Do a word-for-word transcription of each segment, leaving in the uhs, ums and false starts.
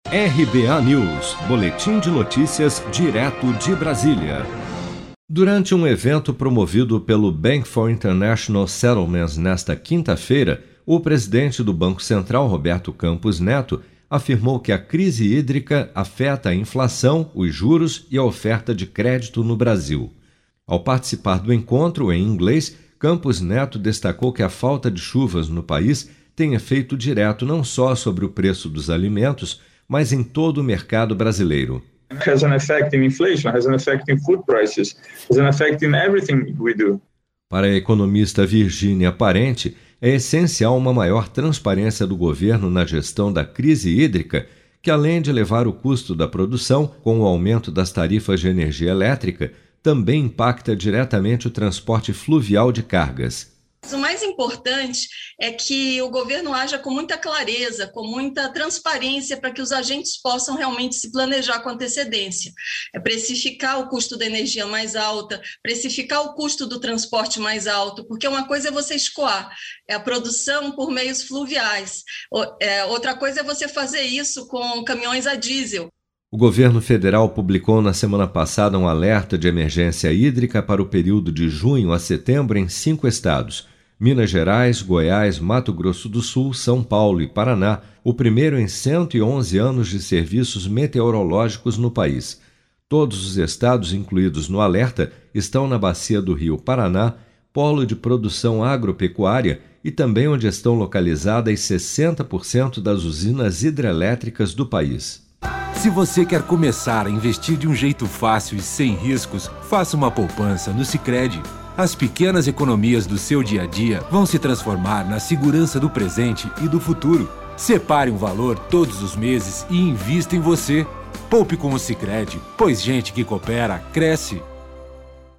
R B A News, boletim de notícias direto de Brasília. Durante um evento promovido pelo Bank for International Settlements nesta quinta-feira, o presidente do Banco Central, Roberto Campos Neto, afirmou que a crise hídrica afeta a inflação, os juros e a oferta de crédito no Brasil. Ao participar do encontro em inglês, Campos Neto destacou que a falta de chuvas no país tem efeito direto não só sobre o preço dos alimentos, mas em todo o mercado brasileiro. Has an effect in inflation, has an effect in food prices, has an effect in everything we do. Para a economista Virgínia Parente, é essencial uma maior transparência do governo na gestão da crise hídrica, que além de elevar o custo da produção, com o aumento das tarifas de energia elétrica, também impacta diretamente o transporte fluvial de cargas. O mais importante é que o governo haja com muita clareza, com muita transparência, para que os agentes possam realmente se planejar com antecedência. É precificar o custo da energia mais alta, precificar o custo do transporte mais alto, porque uma coisa é você escoar, é a produção por meios fluviais. Outra coisa é você fazer isso com caminhões a diesel. O governo federal publicou na semana passada um alerta de emergência hídrica para o período de junho a setembro em cinco estados: Minas Gerais, Goiás, Mato Grosso do Sul, São Paulo e Paraná, o primeiro em cento e onze anos de serviços meteorológicos no país. Todos os estados incluídos no alerta estão na bacia do Rio Paraná, polo de produção agropecuária e também onde estão localizadas sessenta por cento das usinas hidrelétricas do país. Se você quer começar a investir de um jeito fácil e sem riscos, faça uma poupança no Sicredi. As pequenas economias do seu dia a dia vão se transformar na segurança do presente e do futuro. Separe um valor todos os meses e invista em você. Poupe com o Sicredi, pois gente que coopera, cresce.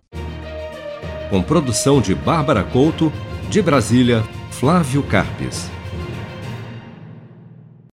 Com produção de Bárbara Couto, de Brasília, Flávio Carpes.